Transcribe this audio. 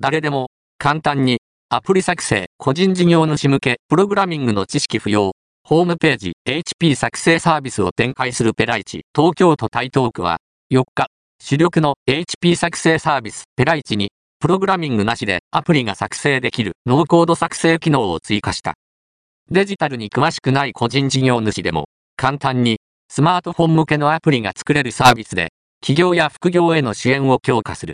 誰でも簡単にアプリ作成、個人事業主向けプログラミングの知識不要。ホームページ HP 作成サービスを展開するペライチ東京都台東区は4日、主力の HP 作成サービスペライチにプログラミングなしでアプリが作成できるノーコード作成機能を追加した。デジタルに詳しくない個人事業主でも簡単にスマートフォン向けのアプリが作れるサービスで企業や副業への支援を強化する。